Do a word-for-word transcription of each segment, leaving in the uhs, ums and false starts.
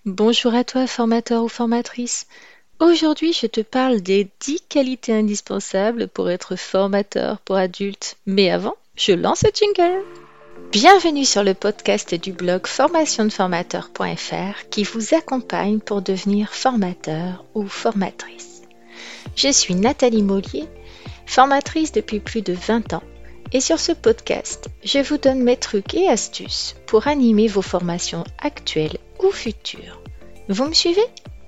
Bonjour à toi, formateur ou formatrice. Aujourd'hui, je te parle des dix qualités indispensables pour être formateur pour adultes. Mais avant, je lance le jingle. Bienvenue sur le podcast du blog formation de formateur point f r qui vous accompagne pour devenir formateur ou formatrice. Je suis Nathalie Mollier, formatrice depuis plus de vingt ans. Et sur ce podcast, je vous donne mes trucs et astuces pour animer vos formations actuelles ou futures. Vous me suivez?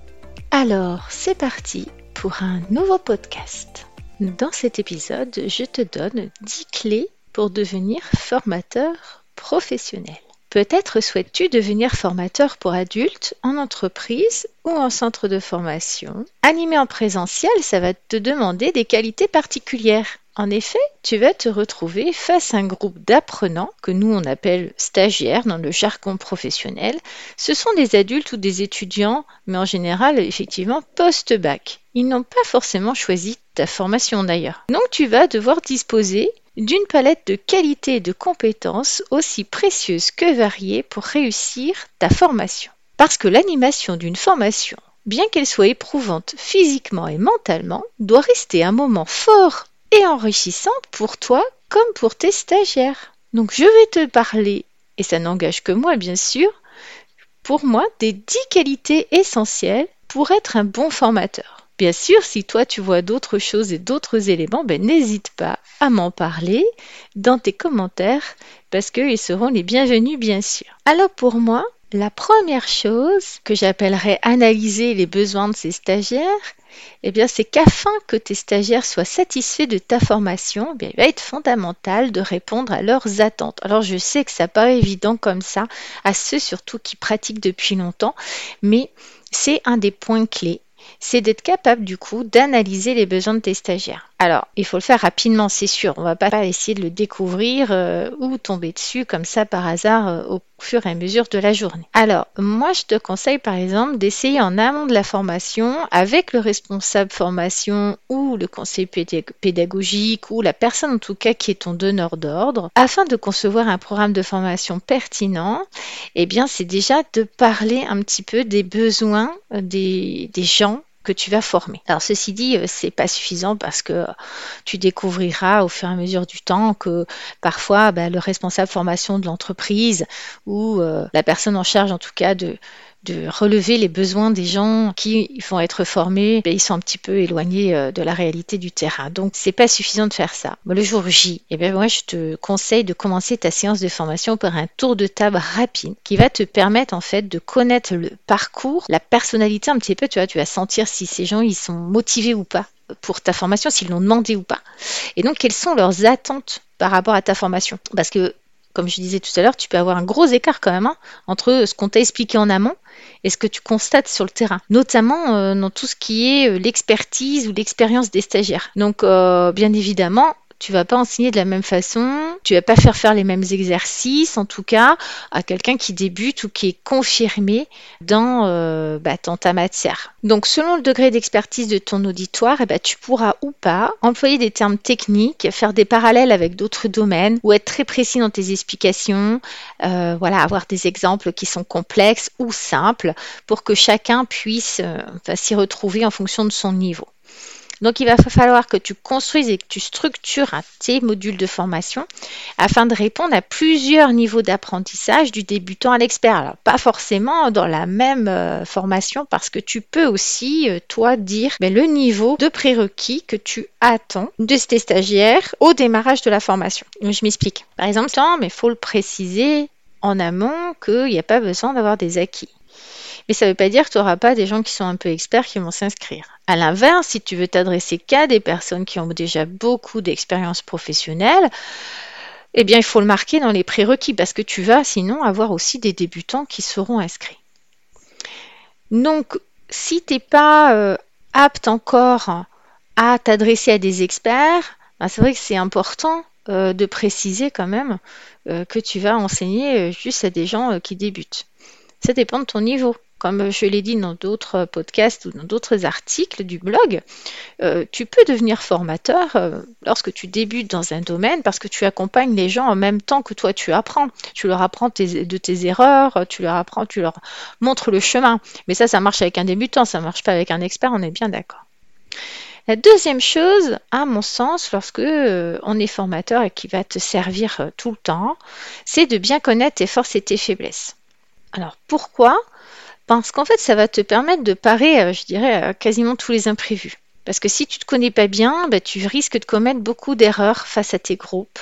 Alors, c'est parti pour un nouveau podcast. Dans cet épisode, je te donne dix clés pour devenir formateur professionnel. Peut-être souhaites-tu devenir formateur pour adultes en entreprise ou en centre de formation. Animer en présentiel, ça va te demander des qualités particulières. En effet, tu vas te retrouver face à un groupe d'apprenants que nous on appelle stagiaires dans le jargon professionnel. Ce sont des adultes ou des étudiants, mais en général, effectivement, post-bac. Ils n'ont pas forcément choisi ta formation d'ailleurs. Donc tu vas devoir disposer d'une palette de qualités et de compétences aussi précieuses que variées pour réussir ta formation. Parce que l'animation d'une formation, bien qu'elle soit éprouvante physiquement et mentalement, doit rester un moment fort et enrichissant pour toi comme pour tes stagiaires. Donc je vais te parler, et ça n'engage que moi bien sûr, pour moi des dix qualités essentielles pour être un bon formateur. Bien sûr, si toi tu vois d'autres choses et d'autres éléments, ben, n'hésite pas à m'en parler dans tes commentaires parce qu'ils seront les bienvenus bien sûr. Alors pour moi, la première chose que j'appellerais analyser les besoins de ces stagiaires, eh bien, c'est qu'afin que tes stagiaires soient satisfaits de ta formation, eh bien, il va être fondamental de répondre à leurs attentes. Alors, je sais que ça paraît évident comme ça, à ceux surtout qui pratiquent depuis longtemps, mais c'est un des points clés. C'est d'être capable du coup d'analyser les besoins de tes stagiaires. Alors, il faut le faire rapidement, c'est sûr. On ne va pas essayer de le découvrir euh, ou tomber dessus comme ça par hasard euh, au fur et à mesure de la journée. Alors, moi, je te conseille par exemple d'essayer en amont de la formation avec le responsable formation ou le conseiller pédag- pédagogique ou la personne en tout cas qui est ton donneur d'ordre afin de concevoir un programme de formation pertinent. Eh bien, c'est déjà de parler un petit peu des besoins euh, des, des gens que tu vas former. Alors ceci dit, c'est pas suffisant parce que tu découvriras au fur et à mesure du temps que parfois ben, le responsable formation de l'entreprise ou euh, la personne en charge en tout cas de de relever les besoins des gens qui vont être formés, ben, ils sont un petit peu éloignés euh, de la réalité du terrain. Donc, c'est pas suffisant de faire ça. Le jour J, eh bien, moi, je te conseille de commencer ta séance de formation par un tour de table rapide qui va te permettre, en fait, de connaître le parcours, la personnalité un petit peu, tu vois, tu vas sentir si ces gens, ils sont motivés ou pas pour ta formation, s'ils l'ont demandé ou pas. Et donc, quelles sont leurs attentes par rapport à ta formation? Parce que comme je disais tout à l'heure, tu peux avoir un gros écart quand même hein, entre ce qu'on t'a expliqué en amont et ce que tu constates sur le terrain, notamment euh, dans tout ce qui est euh, l'expertise ou l'expérience des stagiaires. Donc, euh, bien évidemment, tu vas pas enseigner de la même façon, tu vas pas faire faire les mêmes exercices, en tout cas, à quelqu'un qui débute ou qui est confirmé dans, euh, bah, dans ta matière. Donc, selon le degré d'expertise de ton auditoire, eh ben, tu pourras ou pas employer des termes techniques, faire des parallèles avec d'autres domaines ou être très précis dans tes explications, euh, voilà, avoir des exemples qui sont complexes ou simples pour que chacun puisse euh, enfin, s'y retrouver en fonction de son niveau. Donc, il va falloir que tu construises et que tu structures hein, tes modules de formation afin de répondre à plusieurs niveaux d'apprentissage du débutant à l'expert. Alors, pas forcément dans la même euh, formation parce que tu peux aussi, euh, toi, dire mais le niveau de prérequis que tu attends de tes stagiaires au démarrage de la formation. Donc, je m'explique. Par exemple, mais il faut le préciser en amont qu'il n'y a pas besoin d'avoir des acquis. Mais ça ne veut pas dire que tu n'auras pas des gens qui sont un peu experts qui vont s'inscrire. À l'inverse, si tu veux t'adresser qu'à des personnes qui ont déjà beaucoup d'expérience professionnelle, eh bien, il faut le marquer dans les prérequis parce que tu vas sinon avoir aussi des débutants qui seront inscrits. Donc, si tu n'es pas euh, apte encore à t'adresser à des experts, ben, c'est vrai que c'est important euh, de préciser quand même euh, que tu vas enseigner juste à des gens euh, qui débutent. Ça dépend de ton niveau. comme je l'ai dit dans d'autres podcasts ou dans d'autres articles du blog, euh, tu peux devenir formateur euh, lorsque tu débutes dans un domaine parce que tu accompagnes les gens en même temps que toi tu apprends. Tu leur apprends tes- de tes erreurs, tu leur apprends, tu leur montres le chemin. Mais ça, ça marche avec un débutant, ça marche pas avec un expert, on est bien d'accord. La deuxième chose, à mon sens, lorsque euh, on est formateur et qui va te servir euh, tout le temps, c'est de bien connaître tes forces et tes faiblesses. Alors pourquoi? Parce qu'en fait, ça va te permettre de parer, euh, je dirais, à quasiment tous les imprévus. Parce que si tu ne te connais pas bien, bah, tu risques de commettre beaucoup d'erreurs face à tes groupes.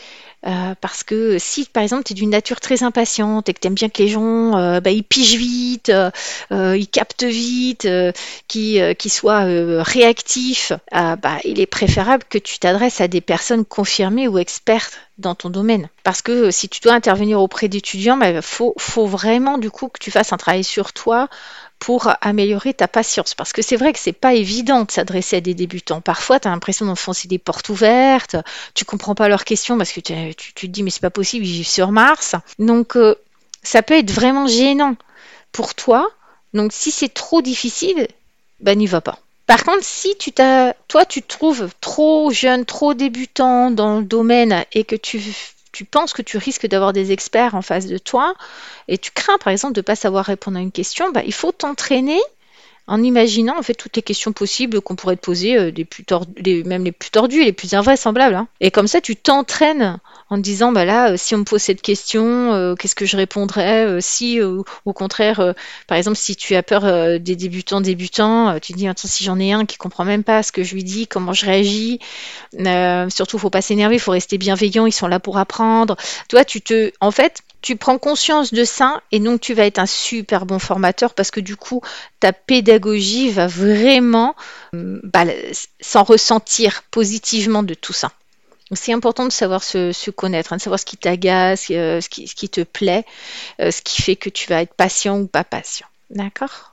Euh, parce que si par exemple tu es d'une nature très impatiente et que tu aimes bien que les gens euh, bah, ils pigent vite, euh, euh, ils captent vite, euh, qu'ils euh, qu'ils soient euh, réactifs, euh, bah, il est préférable que tu t'adresses à des personnes confirmées ou expertes dans ton domaine. Parce que euh, si tu dois intervenir auprès d'étudiants, il bah, faut, faut vraiment du coup que tu fasses un travail sur toi pour améliorer ta patience. Parce que c'est vrai que c'est pas évident de s'adresser à des débutants. Parfois, tu as l'impression d'enfoncer des portes ouvertes, tu comprends pas leurs questions parce que tu, tu, tu te dis mais c'est pas possible, ils vivent sur Mars. Donc, euh, ça peut être vraiment gênant pour toi. Donc, si c'est trop difficile, ben n'y va pas. Par contre, si tu t'as, toi, tu te trouves trop jeune, trop débutant dans le domaine et que tu, tu penses que tu risques d'avoir des experts en face de toi et tu crains, par exemple, de ne pas savoir répondre à une question, bah, il faut t'entraîner en imaginant en fait toutes les questions possibles qu'on pourrait te poser, euh, des plus tord- les- même les plus tordues, les plus invraisemblables, hein. Et comme ça, tu t'entraînes en te disant, bah là, euh, si on me pose cette question, euh, qu'est-ce que je répondrais euh, si, euh, au contraire, euh, par exemple, si tu as peur euh, des débutants débutants, euh, tu te dis, attends, si j'en ai un qui comprend même pas ce que je lui dis, comment je réagis, euh, surtout, faut pas s'énerver, il faut rester bienveillant, ils sont là pour apprendre. Toi, tu te, en fait, tu prends conscience de ça et donc tu vas être un super bon formateur parce que du coup, ta pédagogie va vraiment euh, bah, s'en ressentir positivement de tout ça. Donc, c'est important de savoir se, se connaître, hein, de savoir ce qui t'agace, euh, ce qui, ce qui te plaît, euh, ce qui fait que tu vas être patient ou pas patient. D'accord?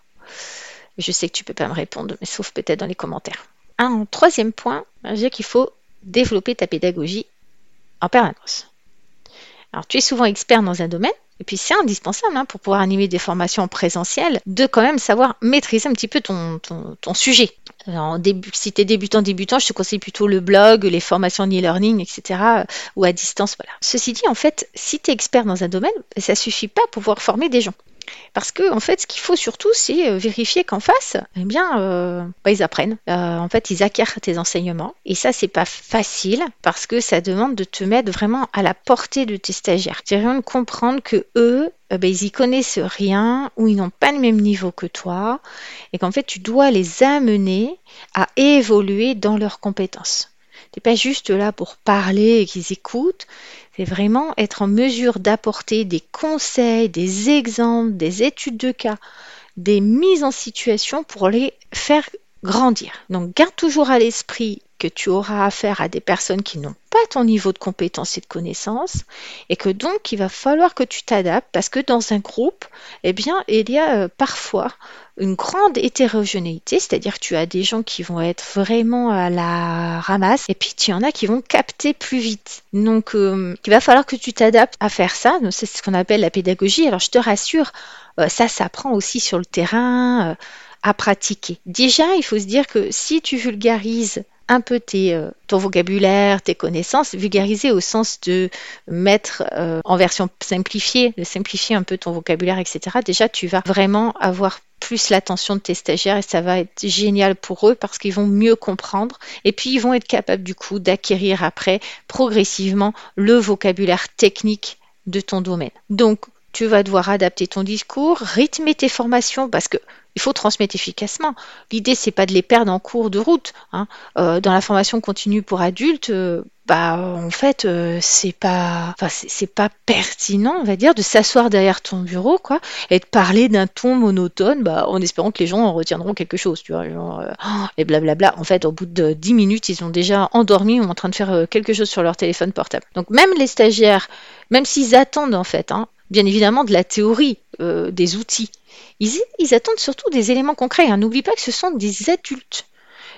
Je sais que tu peux pas me répondre, mais sauf peut-être dans les commentaires. Un troisième point, je dirais qu'il faut développer ta pédagogie en permanence. Alors, tu es souvent expert dans un domaine, et puis c'est indispensable hein, pour pouvoir animer des formations en présentiel, de quand même savoir maîtriser un petit peu ton, ton, ton sujet. Alors, début, si tu es débutant, débutant, je te conseille plutôt le blog, les formations en e-learning, et cetera, ou à distance, voilà. Ceci dit, en fait, si tu es expert dans un domaine, ça ne suffit pas pour pouvoir former des gens. Parce que en fait, ce qu'il faut surtout, c'est euh, vérifier qu'en face, eh bien, euh, bah, ils apprennent. Euh, en fait, ils acquièrent tes enseignements. Et ça, c'est pas facile parce que ça demande de te mettre vraiment à la portée de tes stagiaires. C'est vraiment de comprendre que eux, euh, bah, ils y connaissent rien ou ils n'ont pas le même niveau que toi et qu'en fait, tu dois les amener à évoluer dans leurs compétences. Tu n'es pas juste là pour parler et qu'ils écoutent. C'est vraiment être en mesure d'apporter des conseils, des exemples, des études de cas, des mises en situation pour les faire grandir. Donc garde toujours à l'esprit que tu auras affaire à des personnes qui n'ont pas ton niveau de compétence et de connaissance et que donc il va falloir que tu t'adaptes parce que dans un groupe, eh bien, il y a euh, parfois une grande hétérogénéité, c'est-à-dire que tu as des gens qui vont être vraiment à la ramasse et puis tu en as qui vont capter plus vite. Donc euh, il va falloir que tu t'adaptes à faire ça. Donc, c'est ce qu'on appelle la pédagogie. Alors je te rassure, euh, ça s'apprend aussi sur le terrain, euh, à pratiquer. Déjà, il faut se dire que si tu vulgarises un peu tes, euh, ton vocabulaire, tes connaissances, vulgariser au sens de mettre euh, en version simplifiée, de simplifier un peu ton vocabulaire, et cetera. Déjà, tu vas vraiment avoir plus l'attention de tes stagiaires et ça va être génial pour eux parce qu'ils vont mieux comprendre et puis ils vont être capables du coup d'acquérir après progressivement le vocabulaire technique de ton domaine. Donc, tu vas devoir adapter ton discours, rythmer tes formations parce que il faut transmettre efficacement. L'idée, c'est pas de les perdre en cours de route, hein. Euh, dans la formation continue pour adultes, euh, bah en fait, euh, c'est pas, enfin c'est, c'est pas pertinent, on va dire, de s'asseoir derrière ton bureau, quoi, et de parler d'un ton monotone, bah en espérant que les gens en retiendront quelque chose, tu vois, genre, euh, oh, et blablabla. En fait, au bout de dix minutes, ils ont déjà endormi ou en train de faire euh, quelque chose sur leur téléphone portable. Donc même les stagiaires, même s'ils attendent en fait, hein, bien évidemment de la théorie, euh, des outils. Ils, ils attendent surtout des éléments concrets. Hein. N'oublie pas que ce sont des adultes.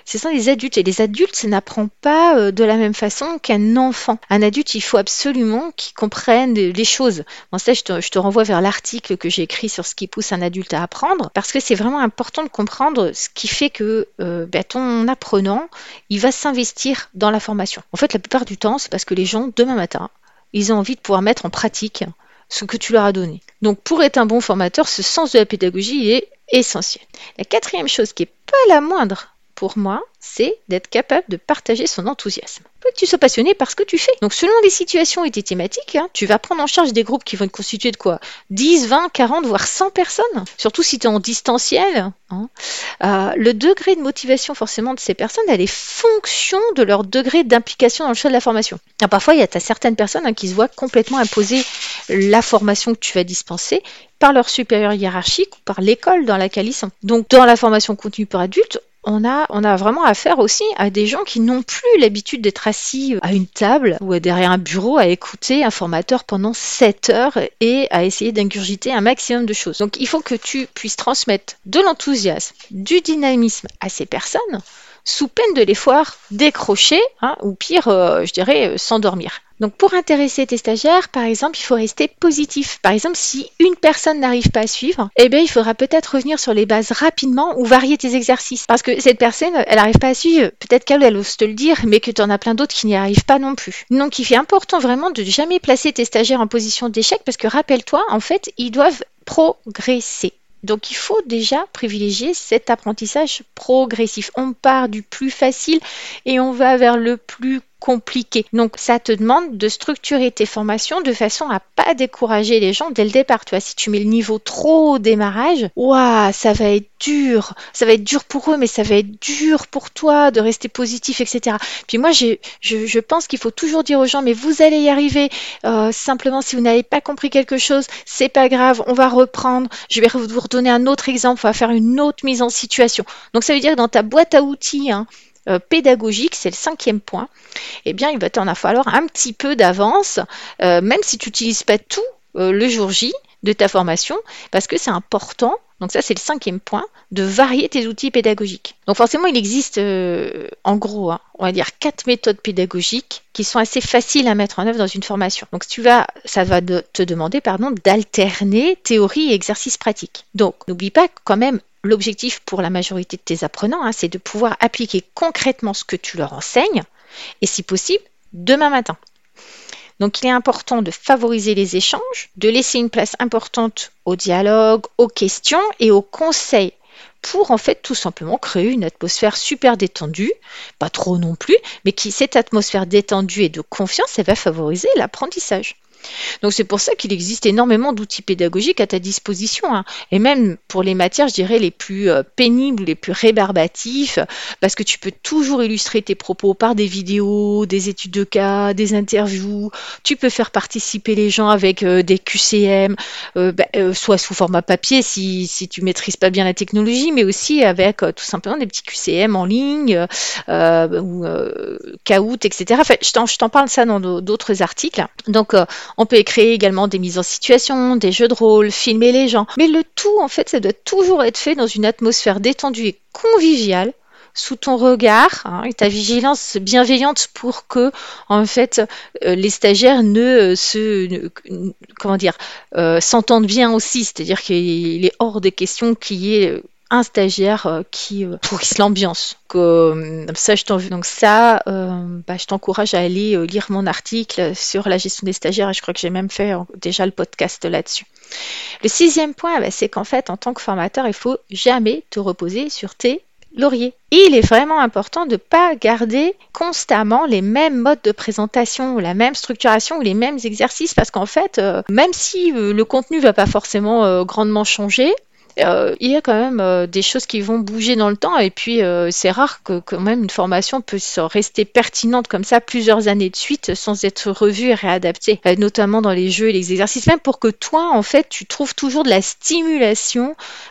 ce sont des adultes. Et les adultes, ça n'apprend pas euh, de la même façon qu'un enfant. Un adulte, il faut absolument qu'il comprenne les choses. Bon, ça, je te, je te renvoie vers l'article que j'ai écrit sur ce qui pousse un adulte à apprendre, parce que c'est vraiment important de comprendre ce qui fait que euh, ben, ton apprenant, il va s'investir dans la formation. En fait, la plupart du temps, c'est parce que les gens, demain matin, ils ont envie de pouvoir mettre en pratique ce que tu leur as donné. Donc, pour être un bon formateur, ce sens de la pédagogie est essentiel. La quatrième chose qui n'est pas la moindre pour moi, c'est d'être capable de partager son enthousiasme. Il faut que tu sois passionné par ce que tu fais. Donc, selon les situations et tes thématiques, hein, tu vas prendre en charge des groupes qui vont être constitués de quoi dix, vingt, quarante, voire cent personnes. Surtout si tu es en distanciel. Hein. Euh, le degré de motivation, forcément, de ces personnes, elle est fonction de leur degré d'implication dans le choix de la formation. Alors, parfois, il y a t'as certaines personnes hein, qui se voient complètement imposer la formation que tu vas dispenser par leur supérieur hiérarchique ou par l'école dans laquelle ils sont. Donc, dans la formation continue pour adultes, On a, on a vraiment affaire aussi à des gens qui n'ont plus l'habitude d'être assis à une table ou derrière un bureau à écouter un formateur pendant sept heures et à essayer d'ingurgiter un maximum de choses. Donc il faut que tu puisses transmettre de l'enthousiasme, du dynamisme à ces personnes sous peine de les voir décrocher hein, ou pire, euh, je dirais, euh, s'endormir. Donc pour intéresser tes stagiaires, par exemple, il faut rester positif. Par exemple, si une personne n'arrive pas à suivre, eh bien, il faudra peut-être revenir sur les bases rapidement ou varier tes exercices. Parce que cette personne, elle n'arrive pas à suivre, peut-être qu'elle elle ose te le dire, mais que tu en as plein d'autres qui n'y arrivent pas non plus. Donc il est important vraiment de jamais placer tes stagiaires en position d'échec parce que rappelle-toi, en fait, ils doivent progresser. Donc il faut déjà privilégier cet apprentissage progressif. On part du plus facile et on va vers le plus compliqué. Donc ça te demande de structurer tes formations de façon à pas décourager les gens dès le départ. Tu vois, si tu mets le niveau trop au démarrage, ouah, ça va être dur. Ça va être dur pour eux, mais ça va être dur pour toi de rester positif, et cetera. Puis moi, je, je, je pense qu'il faut toujours dire aux gens, mais vous allez y arriver. Euh, simplement, si vous n'avez pas compris quelque chose, c'est pas grave, on va reprendre. Je vais vous redonner un autre exemple, on va faire une autre mise en situation. Donc ça veut dire que dans ta boîte à outils, hein, Euh, pédagogique, c'est le cinquième point, eh bien, il va t'en falloir un petit peu d'avance, euh, même si tu n'utilises pas tout euh, le jour J de ta formation, parce que c'est important, donc ça c'est le cinquième point, de varier tes outils pédagogiques. Donc forcément, il existe euh, en gros, hein, on va dire quatre méthodes pédagogiques qui sont assez faciles à mettre en œuvre dans une formation. Donc tu vas, ça va de, te demander pardon, d'alterner théorie et exercice pratique. Donc n'oublie pas quand même l'objectif pour la majorité de tes apprenants, hein, c'est de pouvoir appliquer concrètement ce que tu leur enseignes, et si possible, demain matin. Donc il est important de favoriser les échanges, de laisser une place importante au dialogue, aux questions et aux conseils, pour en fait tout simplement créer une atmosphère super détendue, pas trop non plus, mais qui cette atmosphère détendue et de confiance, elle va favoriser l'apprentissage. Donc c'est pour ça qu'il existe énormément d'outils pédagogiques à ta disposition, hein. Et même pour les matières, je dirais, les plus euh, pénibles, les plus rébarbatifs, parce que tu peux toujours illustrer tes propos par des vidéos, des études de cas, des interviews, tu peux faire participer les gens avec euh, des Q C M, euh, bah, euh, soit sous format papier si, si tu maîtrises pas bien la technologie, mais aussi avec euh, tout simplement des petits Q C M en ligne, euh, ou euh, Kahoot, et cetera. Enfin, je t'en, je t'en parle ça dans d'autres articles. Donc, euh, on peut créer également des mises en situation, des jeux de rôle, filmer les gens. Mais le tout, en fait, ça doit toujours être fait dans une atmosphère détendue et conviviale, sous ton regard hein, et ta vigilance bienveillante pour que, en fait, euh, les stagiaires ne se, ne, comment dire, euh, s'entendent bien aussi. C'est-à-dire qu'il est hors des questions qu'il y ait un stagiaire euh, qui euh, pourrisse l'ambiance. Que, euh, ça, je t'en, donc ça, euh, bah, je t'encourage à aller euh, lire mon article sur la gestion des stagiaires. Et je crois que j'ai même fait euh, déjà le podcast là-dessus. Le sixième point, bah, c'est qu'en fait, en tant que formateur, il faut jamais te reposer sur tes lauriers. Et il est vraiment important de ne pas garder constamment les mêmes modes de présentation, ou la même structuration, ou les mêmes exercices, parce qu'en fait, euh, même si euh, le contenu ne va pas forcément euh, grandement changer, Euh, il y a quand même euh, des choses qui vont bouger dans le temps et puis euh, c'est rare que quand même une formation puisse rester pertinente comme ça plusieurs années de suite sans être revue et réadaptée, euh, notamment dans les jeux et les exercices, même pour que toi en fait tu trouves toujours de la stimulation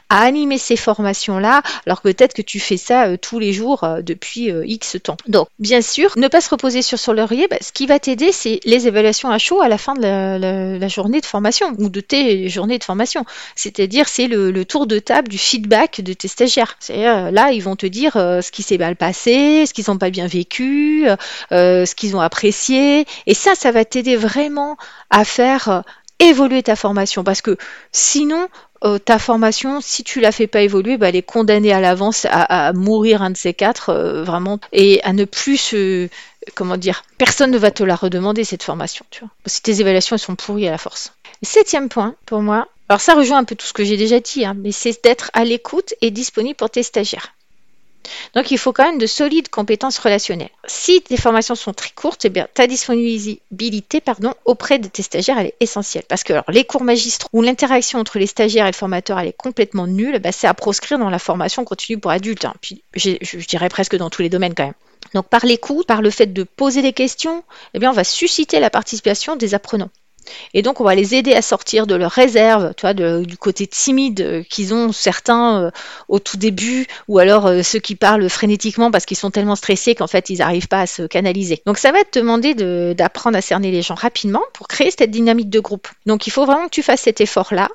à animer ces formations-là, alors que peut-être que tu fais ça euh, tous les jours euh, depuis euh, X temps. Donc, bien sûr, ne pas se reposer sur son laurier, bah, ce qui va t'aider, c'est les évaluations à chaud à la fin de la, la- la journée de formation ou de tes journées de formation. C'est-à-dire, c'est le, le tour de table du feedback de tes stagiaires. C'est-à-dire, là, ils vont te dire euh, ce qui s'est mal passé, ce qu'ils n'ont pas bien vécu, euh, ce qu'ils ont apprécié. Et ça, ça va t'aider vraiment à faire euh, évoluer ta formation. Parce que sinon, euh, ta formation, si tu la fais pas évoluer, bah, elle est condamnée à l'avance à, à mourir un de ces quatre, euh, vraiment, et à ne plus se... Comment dire? Personne ne va te la redemander, cette formation, tu vois. Si tes évaluations, elles sont pourries à la force. Septième point, pour moi, alors ça rejoint un peu tout ce que j'ai déjà dit, hein, mais c'est d'être à l'écoute et disponible pour tes stagiaires. Donc, il faut quand même de solides compétences relationnelles. Si tes formations sont très courtes, eh bien, ta disponibilité pardon, auprès de tes stagiaires, elle est essentielle. Parce que alors, les cours magistraux où l'interaction entre les stagiaires et le formateur, elle est complètement nulle, bah, c'est à proscrire dans la formation continue pour adultes. Hein. Puis, je, je dirais presque dans tous les domaines quand même. Donc, par l'écoute, par le fait de poser des questions, eh bien, on va susciter la participation des apprenants. Et donc, on va les aider à sortir de leur réserve, tu vois, de- du côté timide euh, qu'ils ont certains euh, au tout début, ou alors euh, ceux qui parlent frénétiquement parce qu'ils sont tellement stressés qu'en fait, ils n'arrivent pas à se canaliser. Donc, ça va te demander de- d'apprendre à cerner les gens rapidement pour créer cette dynamique de groupe. Donc, il faut vraiment que tu fasses cet effort-là.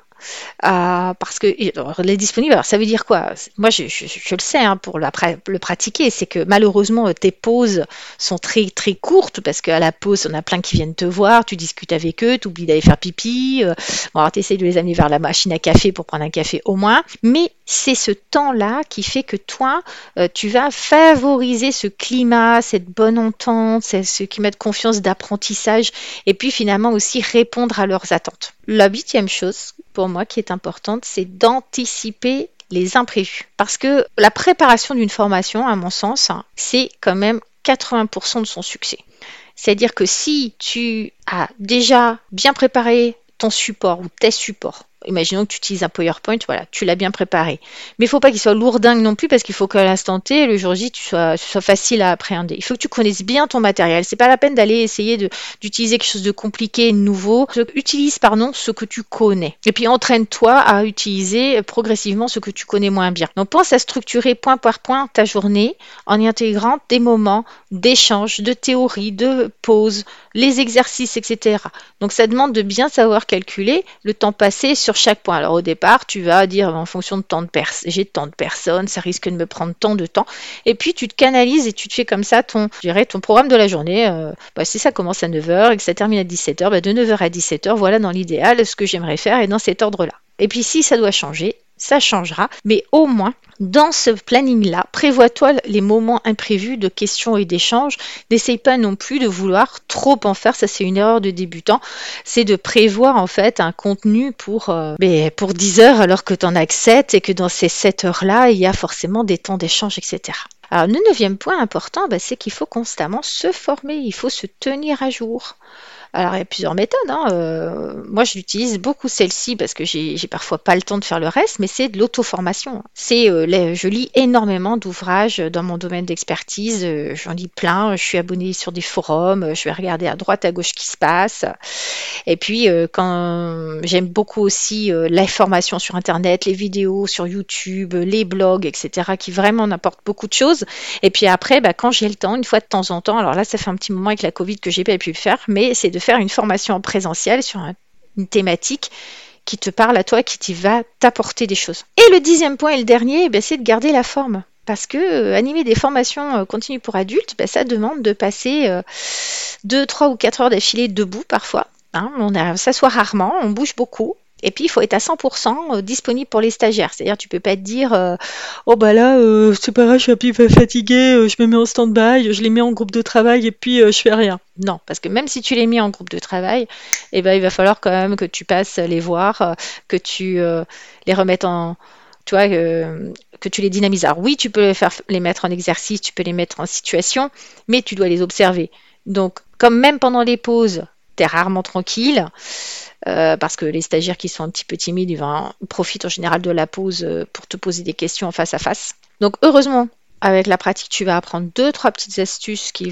Euh, parce que alors, elle est disponible. Alors ça veut dire quoi? Moi, je, je- je le sais hein, pour la pra- le pratiquer, c'est que malheureusement tes pauses sont très très courtes parce qu'à la pause, on a plein qui viennent te voir, tu discutes avec eux, tu oublies d'aller faire pipi. Euh, bon, alors tu essaies de les amener vers la machine à café pour prendre un café au moins, mais c'est ce temps-là qui fait que toi, euh, tu vas favoriser ce climat, cette bonne entente, c'est ce climat de confiance, d'apprentissage, et puis finalement aussi répondre à leurs attentes. La huitième chose, pour moi, qui est importante, c'est d'anticiper les imprévus. Parce que la préparation d'une formation, à mon sens, hein, c'est quand même quatre-vingts pour cent de son succès. C'est-à-dire que si tu as déjà bien préparé ton support ou tes supports, imaginons que tu utilises un PowerPoint, voilà, tu l'as bien préparé. Mais il ne faut pas qu'il soit lourdingue non plus parce qu'il faut qu'à l'instant T, le jour J, tu sois, tu sois facile à appréhender. Il faut que tu connaisses bien ton matériel. C'est pas la peine d'aller essayer de, d'utiliser quelque chose de compliqué, de nouveau. Utilise, pardon, ce que tu connais. Et puis entraîne-toi à utiliser progressivement ce que tu connais moins bien. Donc pense à structurer point par point ta journée en y intégrant des moments d'échange, de théorie, de pause, les exercices, et cetera. Donc ça demande de bien savoir calculer le temps passé sur chaque point. Alors au départ, tu vas dire en fonction de tant de personnes, j'ai tant de personnes, ça risque de me prendre tant de temps. Et puis tu te canalises et tu te fais comme ça ton, je dirais, ton programme de la journée. Euh, bah, si ça commence à neuf heures et que ça termine à dix-sept heures, bah, de neuf heures à dix-sept heures, voilà dans l'idéal ce que j'aimerais faire et dans cet ordre-là. Et puis si ça doit changer, ça changera, mais au moins, dans ce planning-là, prévois-toi les moments imprévus de questions et d'échanges. N'essaye pas non plus de vouloir trop en faire, ça c'est une erreur de débutant. C'est de prévoir en fait un contenu pour, euh, mais pour dix heures alors que tu en as que sept et que dans ces sept heures-là, il y a forcément des temps d'échange, et cetera. Alors le neuvième point important, bah, c'est qu'il faut constamment se former, il faut se tenir à jour. Alors, il y a plusieurs méthodes. Hein. Euh, moi, j'utilise beaucoup celle-ci parce que j'ai j'ai parfois pas le temps de faire le reste, mais c'est de l'auto-formation. C'est, euh, les- je lis énormément d'ouvrages dans mon domaine d'expertise. Euh, j'en lis plein. Je suis abonnée sur des forums. Je vais regarder à droite, à gauche ce qui se passe. Et puis, euh, quand j'aime beaucoup aussi euh, la formation sur Internet, les vidéos sur YouTube, les blogs, et cetera, qui vraiment n'apportent beaucoup de choses. Et puis après, bah, quand j'ai le temps, une fois de temps en temps, alors là, ça fait un petit moment avec la Covid que j'ai pas pu le faire, mais c'est de faire une formation en présentiel sur un- une thématique qui te parle à toi, qui t'y va t'apporter des choses. Et le dixième point et le dernier, eh ben, c'est de garder la forme. Parce que euh, animer des formations euh, continues pour adultes, ben, ça demande de passer euh, deux, trois ou quatre heures d'affilée debout parfois. Hein. On a- s'assoit rarement, on bouge beaucoup. Et puis, il faut être à cent pour cent disponible pour les stagiaires. C'est-à-dire, tu peux pas te dire, euh, oh bah là, euh, c'est pas grave, je suis un peu fatiguée, euh, je me mets en stand-by, je les mets en groupe de travail et puis euh, je fais rien. Non, parce que même si tu les mets en groupe de travail, eh ben, il va falloir quand même que tu passes les voir, euh, que tu euh, les remettes en, tu vois, euh, que tu les dynamises. Alors oui, tu peux les faire les mettre en exercice, tu peux les mettre en situation, mais tu dois les observer. Donc, comme même pendant les pauses, tu es rarement tranquille, euh, parce que les stagiaires qui sont un petit peu timides, ils vont, profitent en général de la pause euh, pour te poser des questions en face à face. Donc heureusement, avec la pratique, tu vas apprendre deux, trois petites astuces qui vont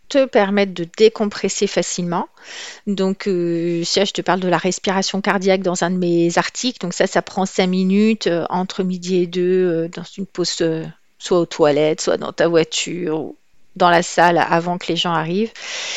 te permettre de décompresser facilement. Donc euh, ça, je te parle de la respiration cardiaque dans un de mes articles. Donc ça, ça prend cinq minutes euh, entre midi et deux euh, dans une pause, euh, soit aux toilettes, soit dans ta voiture, ou dans la salle avant que les gens arrivent.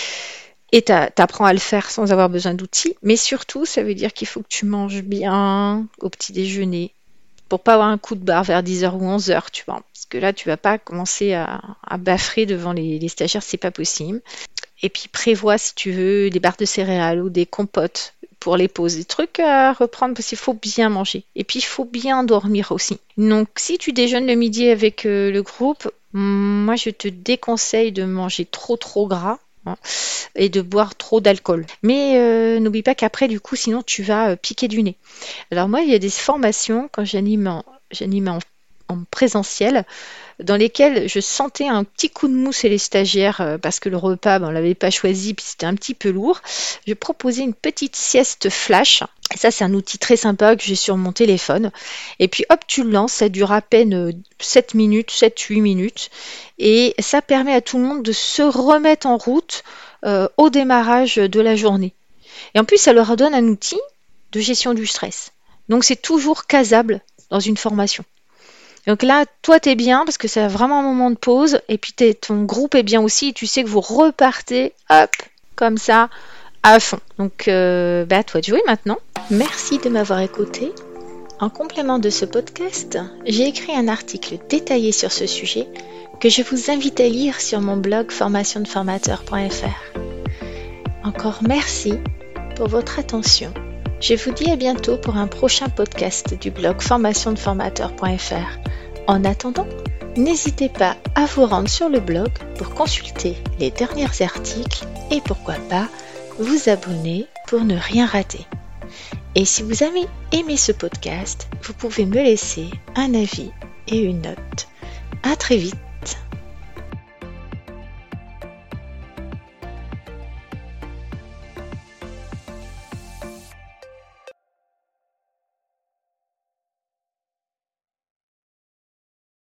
Et tu apprends à le faire sans avoir besoin d'outils. Mais surtout, ça veut dire qu'il faut que tu manges bien au petit déjeuner pour pas avoir un coup de barre vers dix heures ou onze heures, tu vois. Parce que là, tu vas pas commencer à, à baffrer devant les, les stagiaires, c'est pas possible. Et puis prévois, si tu veux, des barres de céréales ou des compotes pour les pauses, des trucs à reprendre parce qu'il faut bien manger. Et puis il faut bien dormir aussi. Donc si tu déjeunes le midi avec euh, le groupe, moi je te déconseille de manger trop trop gras, hein, et de boire trop d'alcool. Mais euh, n'oublie pas qu'après, du coup, sinon tu vas euh, piquer du nez. Alors moi, il y a des formations quand j'anime en, j'anime en, en présentiel dans lesquelles je sentais un petit coup de mou chez les stagiaires euh, parce que le repas, ben, on l'avait pas choisi puis c'était un petit peu lourd. Je proposais une petite sieste flash. Et ça, c'est un outil très sympa que j'ai sur mon téléphone. Et puis hop, tu le lances, ça dure à peine euh, sept minutes, sept huit minutes. Et ça permet à tout le monde de se remettre en route euh, au démarrage de la journée. Et en plus, ça leur donne un outil de gestion du stress. Donc c'est toujours casable dans une formation. Donc là, toi, t'es bien parce que c'est vraiment un moment de pause. Et puis t'es- ton groupe est bien aussi. Et tu sais que vous repartez, hop, comme ça, à fond. Donc, euh, bah, à toi de jouer maintenant. Merci de m'avoir écouté. En complément de ce podcast, j'ai écrit un article détaillé sur ce sujet que je vous invite à lire sur mon blog formation de formateur point f r. Encore merci pour votre attention. Je vous dis à bientôt pour un prochain podcast du blog formation de formateur point f r. En attendant, n'hésitez pas à vous rendre sur le blog pour consulter les derniers articles et pourquoi pas vous abonner pour ne rien rater. Et si vous avez aimé ce podcast, vous pouvez me laisser un avis et une note. À très vite.